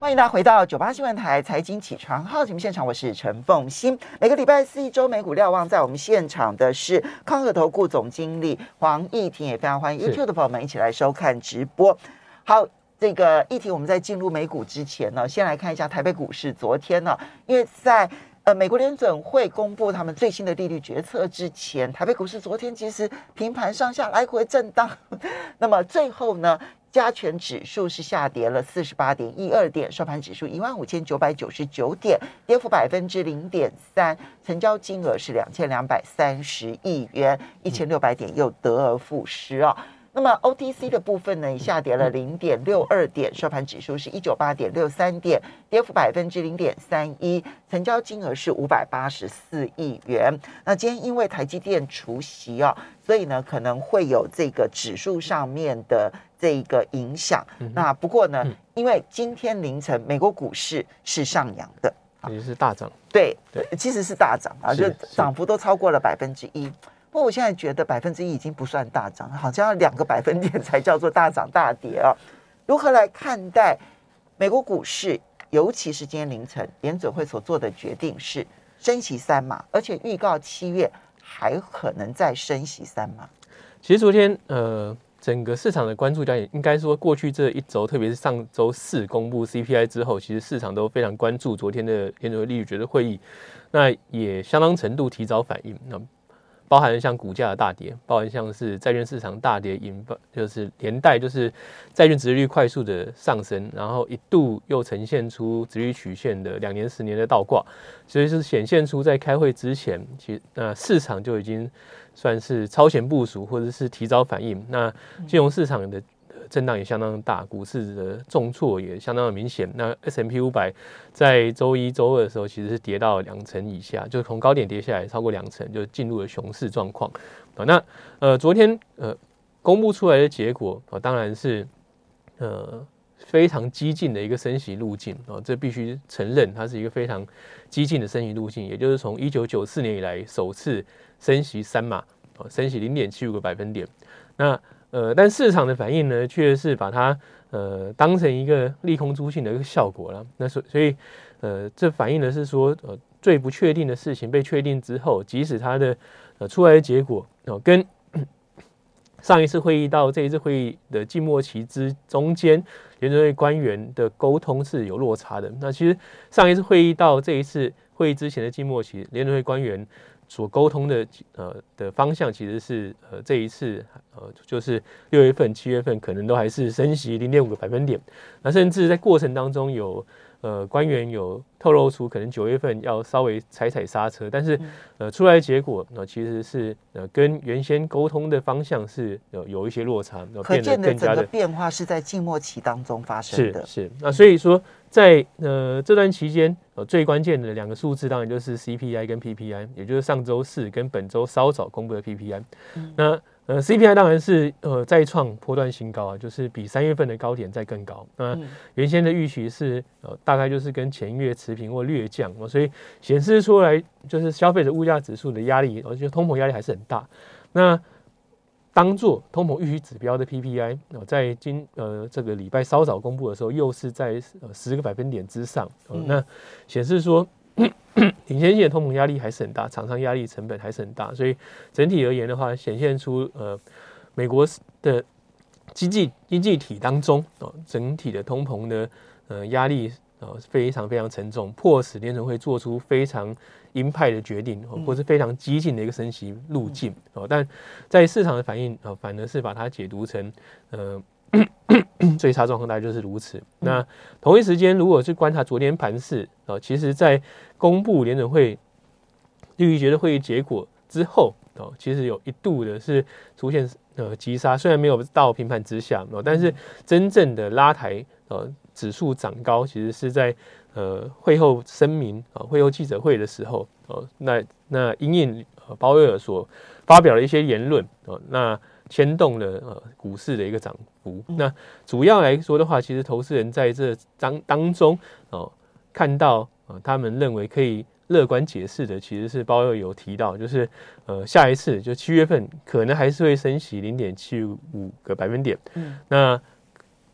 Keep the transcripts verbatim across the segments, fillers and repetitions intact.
欢迎大家回到九八新闻台财经起床号节目现场，我是陈凤馨。每个礼拜四一周美股瞭望，在我们现场的是康和投顾总经理黄义婷，也非常欢迎 YouTube 的朋友们一起来收看直播。好，这个议题我们在进入美股之前呢，先来看一下台北股市。昨天呢，因为在呃美国联准会公布他们最新的利率决策之前，台北股市昨天其实平盘上下来回震荡，那么最后呢，加权指数是下跌了四十八点一二点，收盘指数一万五千九百九十九点，跌幅百分之零点三，成交金额是两千两百三十亿元，一千六百点又得而复失啊。那么 O T C 的部分呢，下跌了零点六二点，收盘指数是一九八点六三点，跌幅百分之零点三一，成交金额是五百八十四亿元。那今天因为台积电除息啊，所以呢可能会有这个指数上面的这个影响。嗯、那不过呢、嗯，因为今天凌晨美国股市是上扬的， 也是大涨。 对对，其实是大涨啊，就涨幅都超过了百分之一。不过我现在觉得百分之一已经不算大涨，好像要两个百分点才叫做大涨大跌啊。如何来看待美国股市？尤其是今天凌晨联准会所做的决定是升息三码，而且预告七月还可能再升息三码。 其实昨天呃，整个市场的关注焦点，应该说过去这一周，特别是上周四公布 C P I 之后，其实市场都非常关注昨天的联准会利率决策会议，那也相当程度提早反应。那包含像股价的大跌，包含像是债券市场大跌引发，就是连带就是债券殖利率快速的上升，然后一度又呈现出殖利率曲线的两年、十年的倒挂，所以是显现出在开会之前，其实那市场就已经算是超前部署或者是提早反应。那金融市场的震荡也相当大，股市的重挫也相当的明显。那 S and P 五百 在周一、周二的时候，其实是跌到两成以下，就从高点跌下来超过两成，就进入了熊市状况。那呃，昨天呃公布出来的结果，哦、当然是呃非常激进的一个升息路径哦，这必须承认，它是一个非常激进的升息路径，也就是从一九九四年以来首次升息三码，哦，升息零点七五个百分点。那呃，但市场的反应呢，却是把它呃当成一个利空出尽的一个效果了。那所所以呃，这反映的是说，呃，最不确定的事情被确定之后，即使它的呃出来的结果哦、呃，跟上一次会议到这一次会议的静默期之中间，联准会官员的沟通是有落差的。那其实上一次会议到这一次会议之前的静默期，联准会官员所沟通的呃的方向其实是呃这一次呃就是六月份、七月份可能都还是升息零点五个百分点，那甚至在过程当中有呃官员有透露出可能九月份要稍微踩踩刹车，但是呃出来的结果呃其实是呃跟原先沟通的方向是有有一些落差， 可见的整个变化是在静默期当中发生的。 是是，那所以说在呃这段期间。呃，最关键的两个数字当然就是 C P I 跟 P P I， 也就是上周四跟本周稍早公布的 P P I。嗯、那呃 C P I 当然是呃再创波段新高啊，就是比三月份的高点再更高。那原先的预期是呃大概就是跟前月持平或略降，呃、所以显示出来就是消费者物价指数的压力，而且通膨压力还是很大。那当做通膨预期指标的 P P I， 在今呃这个礼拜稍早公布的时候，又是在呃十个百分点之上，呃嗯、那显示说领先性的通膨压力还是很大，厂商压力成本还是很大，所以整体而言的话，显现出呃美国的经济经济体当中哦、呃、整体的通膨的呃压力呃非常非常沉重，迫使联准会做出非常鹰派的决定，或是非常激进的一个升息路径，哦，但在市场的反应，哦，反而是把它解读成，呃，最差状况大概就是如此。那同一时间，如果是观察昨天盘势，哦，其实在公布联准会利率决策会议结果之后，哦，其实有一度的是出现呃急杀，虽然没有到平盘之下，哦，但是真正的拉抬，呃，指数涨高，其实是在。呃，会后声明啊，会后记者会的时候，呃、那那因应呃鲍威尔所发表的一些言论，呃、那牵动了呃股市的一个涨幅。嗯、那主要来说的话，其实投资人在这当当中哦、呃，看到呃他们认为可以乐观解释的，其实是鲍威尔有提到，就是呃下一次就七月份可能还是会升息零点七五个百分点。嗯、那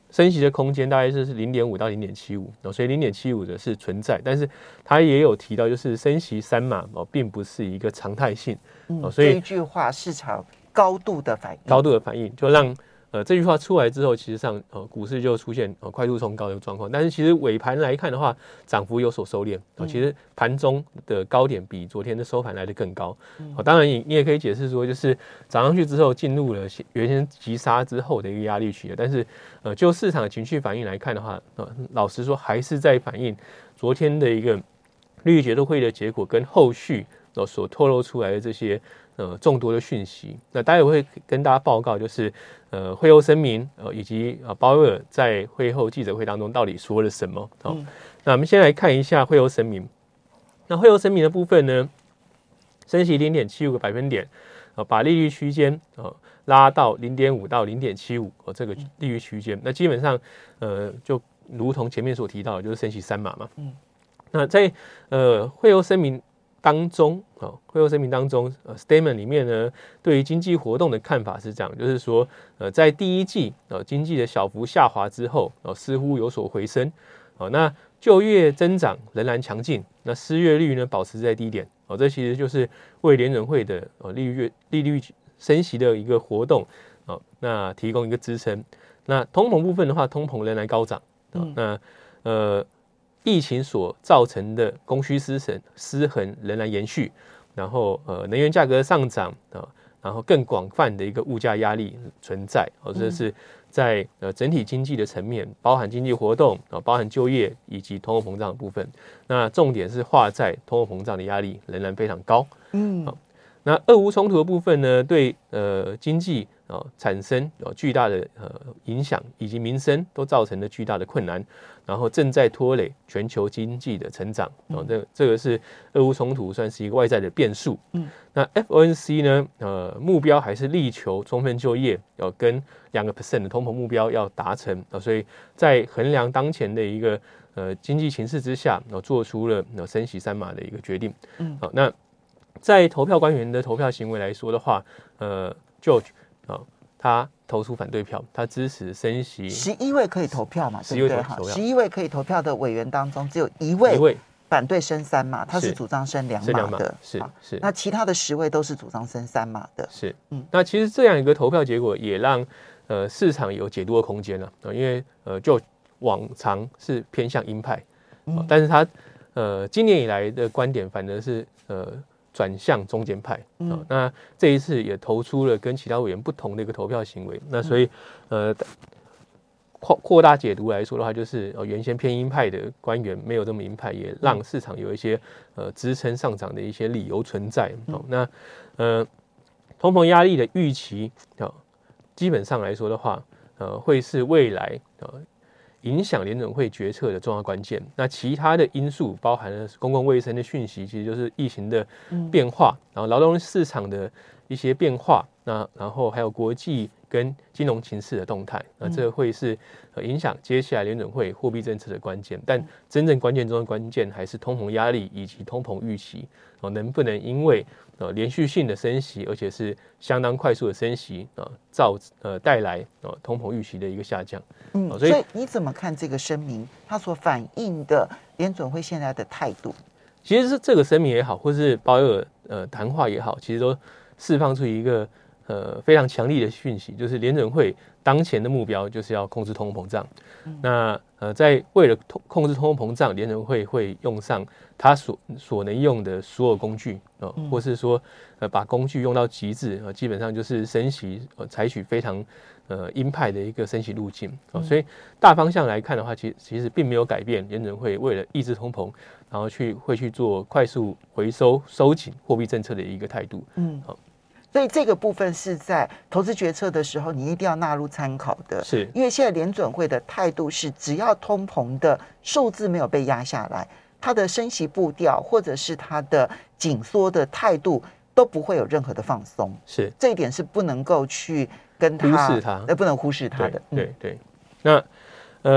升息的空间大概是零点五到零点七五，所以零点七五的是存在，但是他也有提到，就是升息三码哦，并不是一个常态性， 嗯，所以这一句话市场高度的反应， 高度的反应就让。呃，这句话出来之后，其实上呃股市就出现呃快速冲高的状况，但是其实尾盘来看的话，涨幅有所收敛。呃、其实盘中的高点比昨天的收盘来得更高。嗯呃、当然你你也可以解释说，就是涨上去之后进入了原先急杀之后的一个压力区，但是呃就市场的情绪反应来看的话，呃老实说还是在反映昨天的一个利率决策会议的结果跟后续呃所透露出来的这些。呃，众多的讯息，那待会会跟大家报告，就是呃会后声明，呃以及呃鲍威尔在会后记者会当中到底说了什么。好、哦嗯，那我们先来看一下会后声明。那会后声明的部分呢，升息零点七五个百分点，呃把利率区间呃拉到零点五到零点七五哦这个利率区间，那基本上呃就如同前面所提到的，就是升息三码嘛。嗯，那在呃会后声明。当中啊，会后声明当中，呃 ，statement 里面呢，对于经济活动的看法是这样，就是说，呃，在第一季呃经济的小幅下滑之后，呃，似乎有所回升，哦，那就业增长仍然强劲，那失业率呢保持在低点，哦，这其实就是为联准会的呃利率利率升息的一个活动，哦，那提供一个支撑。那通膨部分的话，通膨仍然高涨，哦嗯、那呃。疫情所造成的供需失衡失衡仍然延续，然后呃能源价格上涨啊，然后更广泛的一个物价压力存在，哦，这是在呃整体经济的层面，包含经济活动啊，包含就业以及通货膨胀的部分。那重点是画在通货膨胀的压力仍然非常高。嗯，好，那俄乌冲突的部分呢，对呃经济啊产生有巨大的呃影响，以及民生都造成了巨大的困难。然后正在拖累全球经济的成长，哦，这这个是俄乌冲突算是一个外在的变数。嗯，那 F O M C 呢，呃，目标还是力求充分就业，要跟两个 percent 的通膨目标要达成啊，所以在衡量当前的一个呃经济情势之下，呃，做出了呃升息三码的一个决定。嗯，好，那在投票官员的投票行为来说的话，呃 ，George 啊，他。投出反对票，他支持升息。 十一位可以投票嘛？ 十一位投票， 十一位可以投票的委员当中，只有一位反对升三码，他是主张升两码的。 是是。 那其他的十位都是主张升三码的。 是，嗯。那其实这样一个投票结果，也让呃市场有解读的空间了啊，因为呃就往常是偏向鹰派，嗯，但是他呃今年以来的观点反而是呃。转向中间派，嗯、哦，那这一次也投出了跟其他委员不同的一个投票行为，那所以，呃，扩扩大解读来说的话，就是呃原先偏鹰派的官员没有这么鹰派，也让市场有一些呃支撑上涨的一些理由存在。哦，那呃通膨压力的预期啊、哦，基本上来说的话，呃会是未来呃。影响联准会决策的重要关键。那其他的因素包含了公共卫生的讯息，其实就是疫情的变化，嗯、然后劳动市场的一些变化，那然后还有国际跟金融情势的动态，那这会是影响接下来联准会货币政策的关键。但真正关键中的关键还是通膨压力以及通膨预期，能不能因为呃连续性的升息，而且是相当快速的升息啊，造呃带来呃通膨预期的一个下降。 嗯，所以, 所以你怎么看这个声明？它所反映的联准会现在的态度？ 其实是这个声明也好，或是鲍威尔呃谈话也好，其实都释放出一个呃非常强力的讯息，就是联准会当前的目标就是要控制通货膨胀。嗯、那呃在为了控制通货膨胀，联准会会用上它所所能用的所有工具啊、呃嗯，或是说呃把工具用到极致啊、呃，基本上就是升息呃采取非常。呃，鹰派的一个升息路径、哦、所以大方向来看的话，其实其实并没有改变联准会为了抑制通膨，然后去会去做快速回收收紧货币政策的一个态度。嗯，好、哦， 所以这个部分是在投资决策的时候，你一定要纳入参考的。 是， 因为现在联准会的态度是，只要通膨的数字没有被压下来，它的升息步调或者是它的紧缩的态度都不会有任何的放松。 是， 这一点是不能够去。跟他忽视它， 呃，不能忽视它的。 对 对, 对，那呃，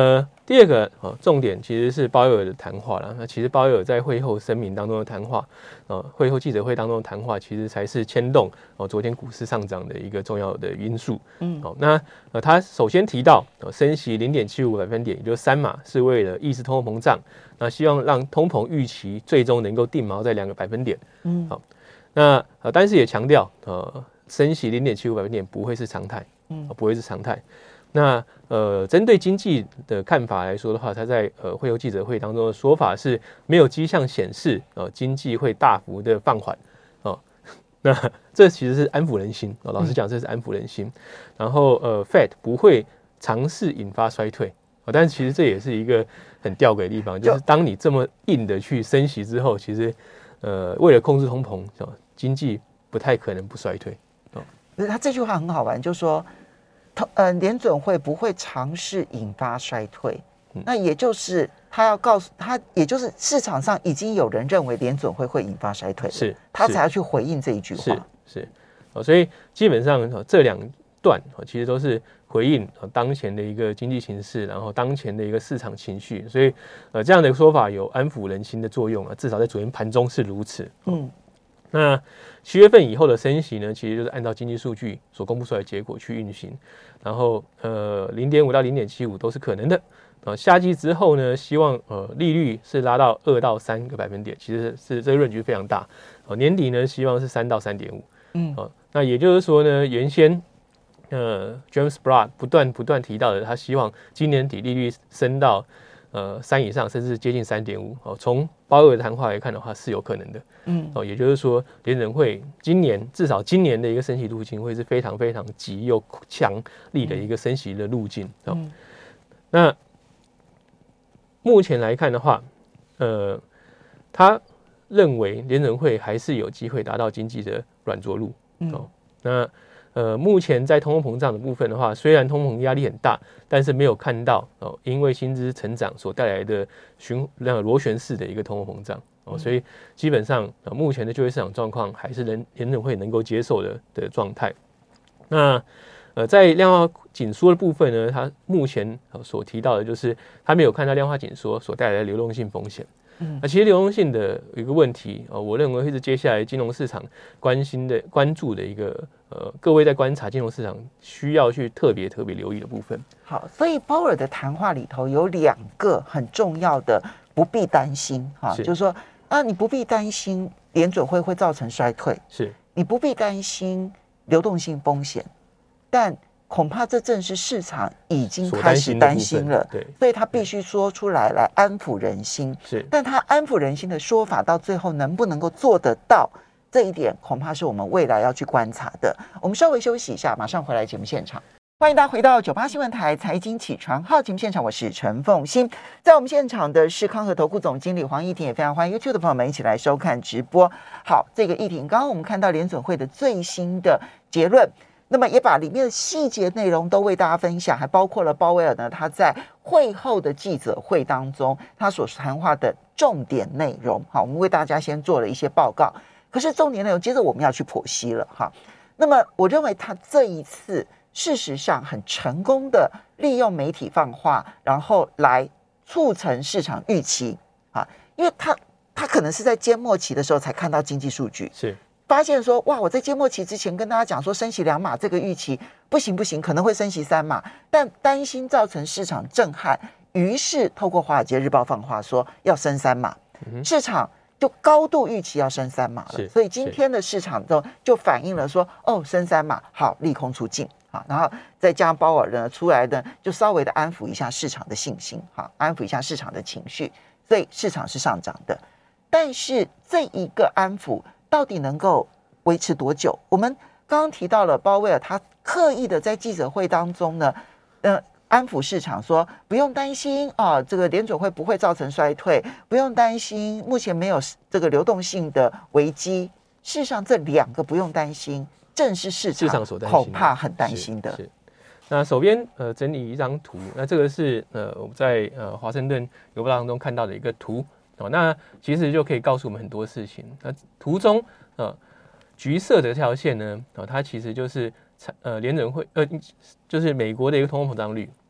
第二个哦，重点其实是鲍威尔的谈话啦。那其实鲍威尔在会后声明当中的谈话，呃，会后记者会当中的谈话，其实才是牵动哦昨天股市上涨的一个重要的因素。嗯，好、哦，那呃，他首先提到、哦、升息零点七五百分点，也就是三码，是为了抑制通货膨胀，那希望让通膨预期最终能够定锚在两个百分点。嗯，好、哦，那呃，但是也强调，呃，升息零点七五百分点不会是常态，嗯、哦，不会是常态。那呃，针对经济的看法来说的话，他在呃会后记者会当中的说法是没有迹象显示呃经济会大幅的放缓哦。那这其实是安抚人心哦，老实讲这是安抚人心。然后呃 ，Fed 不会尝试引发衰退哦，但是其实这也是一个很吊诡的地方，就是当你这么硬的去升息之后，其实呃为了控制通膨，哦，经济不太可能不衰退哦。 他这句话很好玩，就是说。呃，联准会不会尝试引发衰退？嗯、那也就是他要告诉他，也就是市场上已经有人认为联准会会引发衰退， 是他才要去回应这一句话。 是是、哦，所以基本上、哦、这两段、哦、其实都是回应、哦、当前的一个经济形势，然后当前的一个市场情绪，所以呃这样的说法有安抚人心的作用啊，至少在昨天盘中是如此。哦、嗯。那七月份以后的升息呢，其实就是按照经济数据所公布出来的结果去运行，然后呃零点五到零点七五都是可能的。啊，夏季之后呢，希望呃利率是拉到二到三个百分点，其实是这个 range 非常大。哦，年底呢，希望是三到三点五。嗯，哦，那也就是说呢，原先呃 James Broad 不断不断提到的，他希望今年底利率升到呃三以上，甚至接近三点五。哦，从鲍威尔的谈话来看的话，是有可能的。嗯，哦，也就是说，联准会今年至少今年的一个升息路径会是非常非常急又强力的一个升息的路径。哦，嗯、那目前来看的话，呃，他认为联准会还是有机会达到经济的软着陆。嗯、哦，那呃，目前在通货膨胀的部分的话，虽然通膨压力很大，但是没有看到哦，因为薪资成长所带来的循那个螺旋式的一个通货膨胀。哦，所以基本上、呃、目前的就业市场状况还是联联准会能够接受的的状态。那呃，在量化紧缩的部分呢，它目前、呃、所提到的就是它没有看到量化紧缩所带来的流动性风险。嗯，那其实流动性的一个问题，呃、我认为会是接下来金融市场关心的、关注的一个呃，各位在观察金融市场需要去特别特别留意的部分。 好，所以鲍尔的谈话里头有两个很重要的不必担心哈，是就是说啊，你不必担心联准会会造成衰退， 是你不必担心流动性风险，但恐怕这正是市场已经开始担心了， 对， 所以他必须说出来来安抚人心。 是， 但他安抚人心的说法到最后能不能够做得到，这一点恐怕是我们未来要去观察的。我们稍微休息一下，马上回来节目现场。欢迎大家回到九八新闻台财经起床号节目现场，我是陈凤馨。在我们现场的是康和投顾总经理黄益婷，也非常欢迎 YouTube 的朋友们一起来收看直播。好，这个益婷，刚刚我们看到联准会的最新的结论，那么也把里面的细节内容都为大家分享，还包括了鲍威尔呢他在会后的记者会当中他所谈话的重点内容。好，我们为大家先做了一些报告，可是重点内容接着我们要去剖析了哈。那么我认为他这一次事实上很成功的利用媒体放话，然后来促成市场预期啊，因为他他可能是在缄默期的时候才看到经济数据， 是发现说哇，我在缄默期之前跟大家讲说升息两码这个预期不行不行，可能会升息三码，但担心造成市场震撼，于是透过华尔街日报放话说要升三码，嗯、市场就高度预期要升三码了，所以今天的市场中就反映了说哦升三码好，利空出尽。好，然后再加上鲍尔呢出来的，就稍微的安抚一下市场的信心，好，安抚一下市场的情绪，所以市场是上涨的。但是这一个安抚到底能够维持多久？我们刚刚提到了鲍威尔，他刻意的在记者会当中呢，呃，安抚市场说不用担心啊，这个联准会不会造成衰退，不用担心，目前没有这个流动性的危机。事实上，这两个不用担心。正是市场恐怕很担心的。 是是那手边呃整理一张图，那这个是呃我在呃华盛顿邮报当中看到的一个图哦，那其实就可以告诉我们很多事情。那图中呃橘色的这条线呢，哦，它其实就是呃联准会呃就是美国的一个通货膨胀率。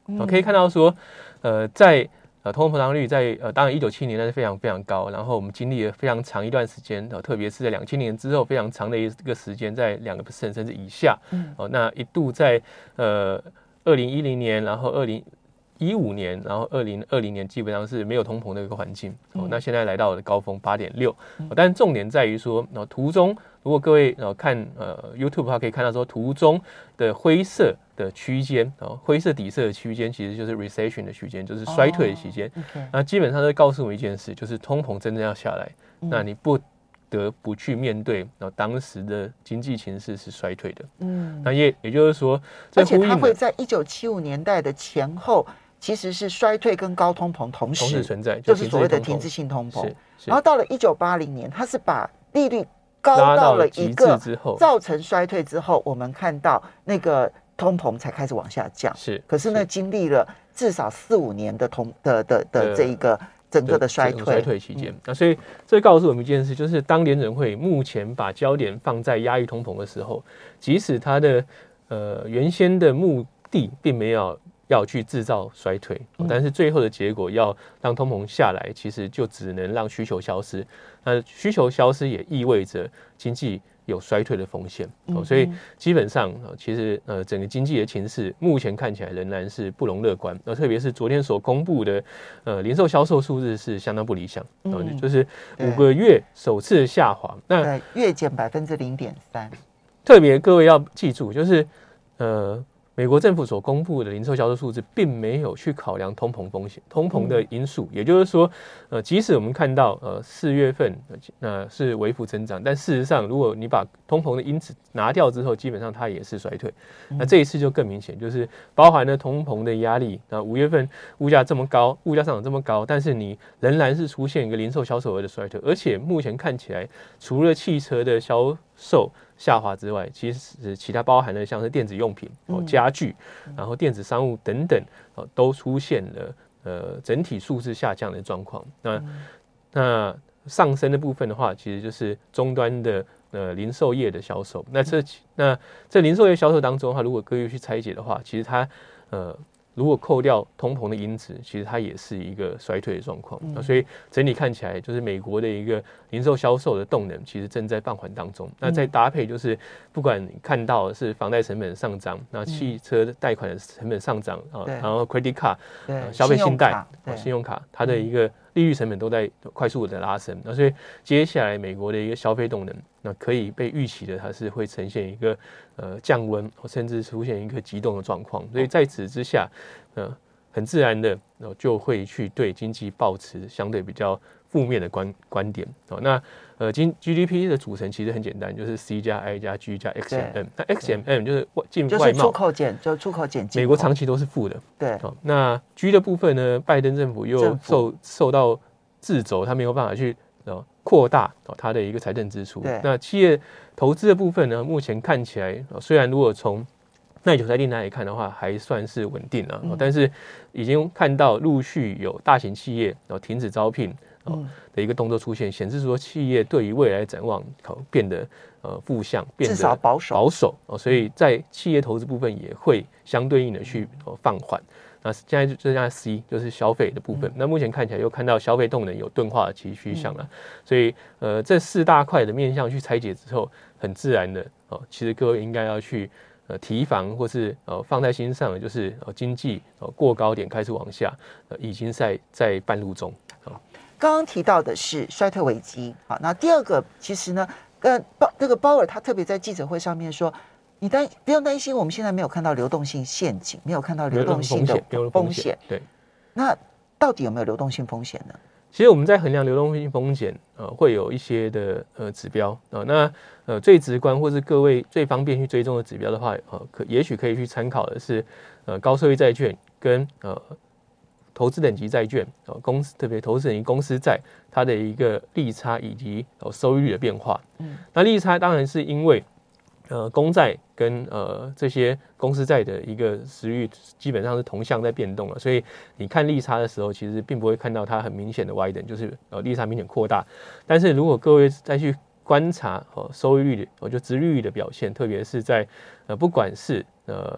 嗯、可以看到说，呃，在呃通货膨胀率在呃当然一九七零年代是非常非常高，然后我们经历了非常长一段时间，呃、特别是在两千年之后非常长的一个时间，在两个 percent 甚至以下。嗯，哦、呃，那一度在呃二零一零年，然后二零一五年，然后二零二零年基本上是没有通膨的一个环境。哦，那现在来到了高峰八点六，但是重点在于说，呃，图中如果各位呃看呃 YouTube 的话，可以看到说图中的灰色的区间，哦，灰色底色的区间其实就是 recession 的区间，就是衰退的期间。Oh, okay. 那基本上是告诉我们一件事，就是通膨真正要下来，嗯、那你不得不去面对，然后当时的经济情势是衰退的。嗯，那也也就是说， 而且它会在一九七五年代的前后。其实是衰退跟高通膨同时, 同时存在， 就是所谓的停滞性通膨。然后到了一九八零年，它是把利率高到了一个造成衰退之后，我们看到那个通膨才开始往下降。 是， 可是呢，经历了至少四五年的通的的的这一个整个的衰退衰退期间。嗯、那所以这告诉我们一件事，就是当联准会目前把焦点放在压抑通膨的时候，即使它的呃原先的目的并没有要去制造衰退，但是最后的结果要让通膨下来，其实就只能让需求消失。那需求消失也意味着经济有衰退的风险。嗯、所以基本上，其实呃整个经济的情势目前看起来仍然是不容乐观。那特别是昨天所公布的呃零售销售数字是相当不理想，嗯、就是五个月首次下滑， 那月减百分之零点三。 特别各位要记住，就是呃。美国政府所公布的零售销售数字并没有去考量通膨风险、通膨的因素，嗯、也就是说，呃，即使我们看到呃四月份那、呃、是微幅增长，但事实上，如果你把通膨的因子拿掉之后，基本上它也是衰退。嗯、那这一次就更明显，就是包含了通膨的压力。那五月份物价这么高，物价上涨这么高，但是你仍然是出现一个零售销售额的衰退，而且目前看起来，除了汽车的销售下滑之外，其实其他包含了像是电子用品、哦家具，然后电子商务等等，哦都出现了呃整体数字下降的状况。那、嗯、那上升的部分的话，其实就是终端的呃零售业的销售。那这那这零售业销售当中的话，如果各位去拆解的话，其实它呃。如果扣掉通膨的因子，其实它也是一个衰退的状况。嗯、所以整体看起来，就是美国的一个零售销售的动能其实正在放缓当中。嗯、那再搭配就是，不管你看到的是房贷成本上涨，那汽车贷款的成本上涨啊，然后 credit card、呃、消费信贷、信用, 信用卡，它的一个利率成本都在快速的拉升。那所以接下来美国的一个消费动能，那可以被预期的，它是会呈现一个呃降温，甚至出现一个急冻的状况。所以在此之下，呃，很自然的、呃、就会去对经济抱持相对比较负面的观观点。哦，那呃，G D P 的组成其实很简单，就是 C 加 I 加 G 加 X M M。那 X M M 就是进外贸， 就是出口减，就出口减进口。 美国长期都是负的。 对。 哦，那 G 的部分呢，拜登政府又受受到掣肘，他没有办法去呃扩大它的一个财政支出。那企业投资的部分呢，目前看起来，虽然如果从耐久材订单来看的话，还算是稳定啊，嗯、但是已经看到陆续有大型企业然后停止招聘的一个动作出现，显示说企业对于未来的展望变得呃负向，变得至少保守保守，所以在企业投资部分也会相对应的去放缓。那现在就剩下 C 就是消费的部分，嗯、那目前看起来又看到消费动能有钝化的趋向了，嗯、所以呃这四大块的面向去拆解之后，很自然的哦，其实各位应该要去呃提防或是呃放在心上的，就是呃经济呃过高点开始往下，呃已经在在半路中。 好，刚刚提到的是衰退危机，好，那第二个其实呢，呃鲍这个鲍尔他特别在记者会上面说。你担不用担心，我们现在没有看到流动性陷阱，没有看到流动性的风险。 对， 那到底有没有流动性风险呢？ 其实我们在衡量流动性风险，呃，会有一些的呃指标啊、呃。那呃最直观或是各位最方便去追踪的指标的话，呃，可也许可以去参考的是呃高收益债券跟呃投资等级债券，呃公司特别投资等级公司债它的一个利差以及呃收益率的变化。嗯，那利差当然是因为。呃，公债跟呃这些公司债的一个殖率基本上是同向在变动了，所以你看利差的时候，其实并不会看到它很明显的 widen， 就是呃利差明显扩大。但是如果各位再去观察哦收益率的，哦就殖利率的表现，特别是在呃不管是呃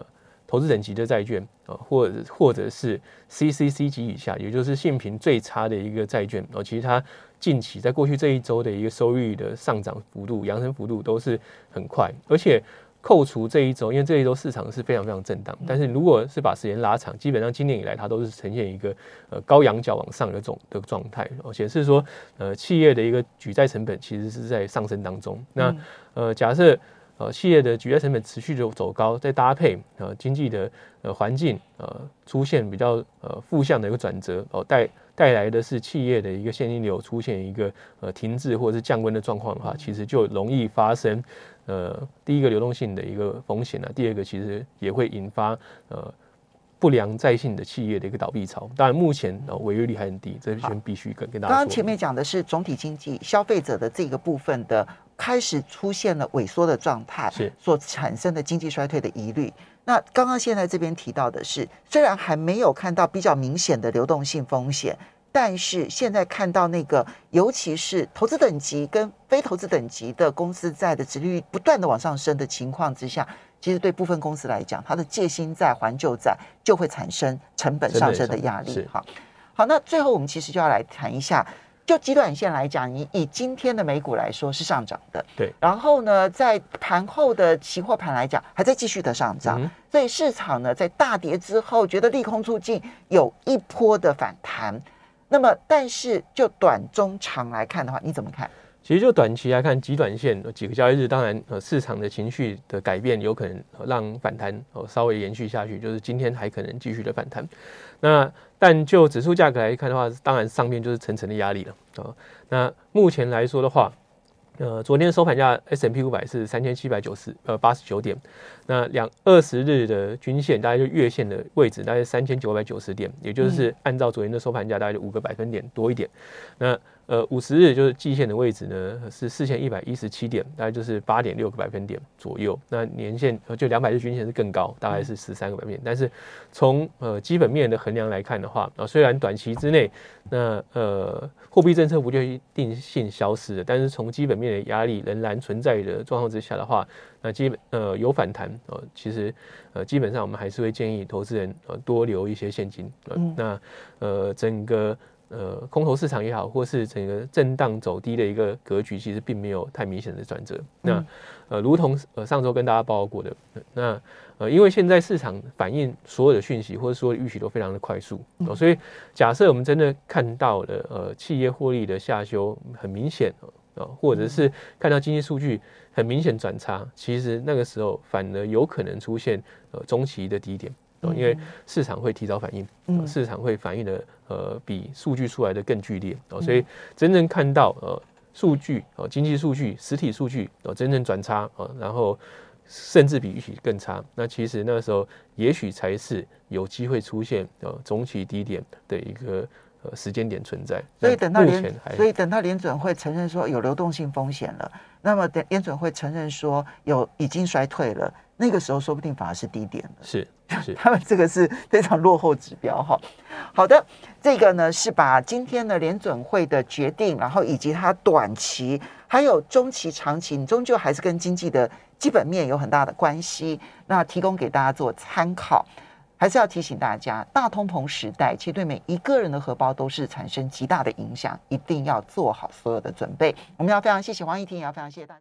投资等级的债券啊，或者或者是 C C C 级以下，也就是信评最差的一个债券哦，其实它近期在过去这一周的一个收益率的上涨幅度、扬升幅度都是很快，而且扣除这一周，因为这一周市场是非常非常震荡，但是如果是把时间拉长，基本上今年以来它都是呈现一个呃高仰角往上的这种的状态，哦，显示说呃企业的一个举债成本其实是在上升当中。那呃假设呃，企业的举债成本持续的走高，再搭配呃经济的呃环境呃出现比较呃负向的一个转折，哦带带来的是企业的一个现金流出现一个呃停滞或者是降温的状况的话，其实就容易发生呃第一个流动性的一个风险啊，第二个其实也会引发呃不良债信的企业的一个倒闭潮。当然目前呃违约率还很低，这边必须跟跟大家说。 刚刚前面讲的是总体经济消费者的这个部分的开始出现了萎缩的状态， 是所产生的经济衰退的疑虑。那刚刚现在这边提到的是，虽然还没有看到比较明显的流动性风险，但是现在看到那个，尤其是投资等级跟非投资等级的公司债的殖利率不断的往上升的情况之下，其实对部分公司来讲，它的借新债还旧债就会产生成本上升的压力。好，好，那最后我们其实就要来谈一下。就极短线来讲，你以今天的美股来说是上涨的， 对。 然后呢，在盘后的期货盘来讲，还在继续的上涨， 嗯、 所以市场呢在大跌之后，觉得利空出尽，有一波的反弹。那么，但是就短中长来看的话，你怎么看？ 其实就短期来看，极短线几个交易日，当然呃市场的情绪的改变有可能让反弹呃稍微延续下去，就是今天还可能继续的反弹。那但就指数价格来看的话，当然上面就是层层的压力了啊、呃。那目前来说的话，呃，昨天收盘价 S and P 五百是三千七百九十呃八十九点，那两二十日的均线大概就月线的位置大概三千九百九十点，也就是按照昨天的收盘价大概就五个百分点多一点。那呃五十日就是季线的位置呢是四千一百一十七点，大概就是八点六个百分点左右。那年线就两百日均线是更高，大概是十三个百分点。但是从呃基本面的衡量来看的话，啊虽然短期之内那呃货币政策不确定性消失了，但是从基本面的压力仍然存在的状况之下的话，那基本呃有反弹呃其实呃基本上我们还是会建议投资人呃多留一些现金。呃嗯、那呃整个呃空头市场也好，或是整个震荡走低的一个格局，其实并没有太明显的转折。那呃如同呃上周跟大家报告过的，那呃因为现在市场反映所有的讯息或者说预期都非常的快速，呃、所以假设我们真的看到了呃企业获利的下修很明显。呃、或者是看到经济数据很明显转差，其实那个时候反而有可能出现呃中期的低点，呃、因为市场会提早反应，呃、市场会反应的呃比数据出来的更剧烈，呃、所以真正看到呃数据呃经济数据实体数据呃真正转差，呃、然后甚至比预期更差，那其实那个时候也许才是有机会出现呃中期低点的一个呃时间点存在。 所以等到联，所以等到联准会承认说有流动性风险了，那么等联准会承认说有已经衰退了，那个时候说不定反而是低点了。 是是， 他们这个是非常落后指标哈。好的，这个呢是把今天的联准会的决定，然后以及它短期还有中期、长期，你终究还是跟经济的基本面有很大的关系。那提供给大家做参考。还是要提醒大家，大通膨时代其实对每一个人的荷包都是产生极大的影响，一定要做好所有的准备。我们要非常谢谢黄益婷，也要非常谢谢大家。